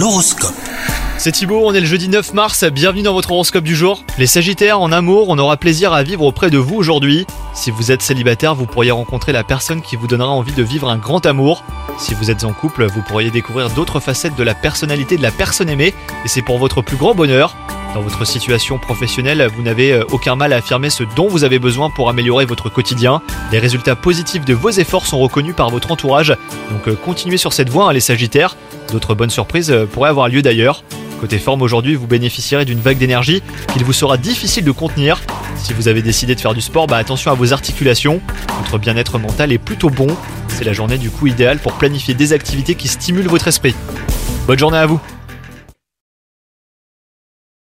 L'horoscope. C'est Thibaut, on est le jeudi 9 mars, bienvenue dans votre horoscope du jour. Les Sagittaires, en amour, on aura plaisir à vivre auprès de vous aujourd'hui. Si vous êtes célibataire, vous pourriez rencontrer la personne qui vous donnera envie de vivre un grand amour. Si vous êtes en couple, vous pourriez découvrir d'autres facettes de la personnalité de la personne aimée, et c'est pour votre plus grand bonheur. Dans votre situation professionnelle, vous n'avez aucun mal à affirmer ce dont vous avez besoin pour améliorer votre quotidien. Les résultats positifs de vos efforts sont reconnus par votre entourage, donc continuez sur cette voie, les Sagittaires. D'autres bonnes surprises pourraient avoir lieu d'ailleurs. Côté forme, aujourd'hui, vous bénéficierez d'une vague d'énergie qu'il vous sera difficile de contenir. Si vous avez décidé de faire du sport, attention à vos articulations. Votre bien-être mental est plutôt bon. C'est la journée du coup idéale pour planifier des activités qui stimulent votre esprit. Bonne journée à vous!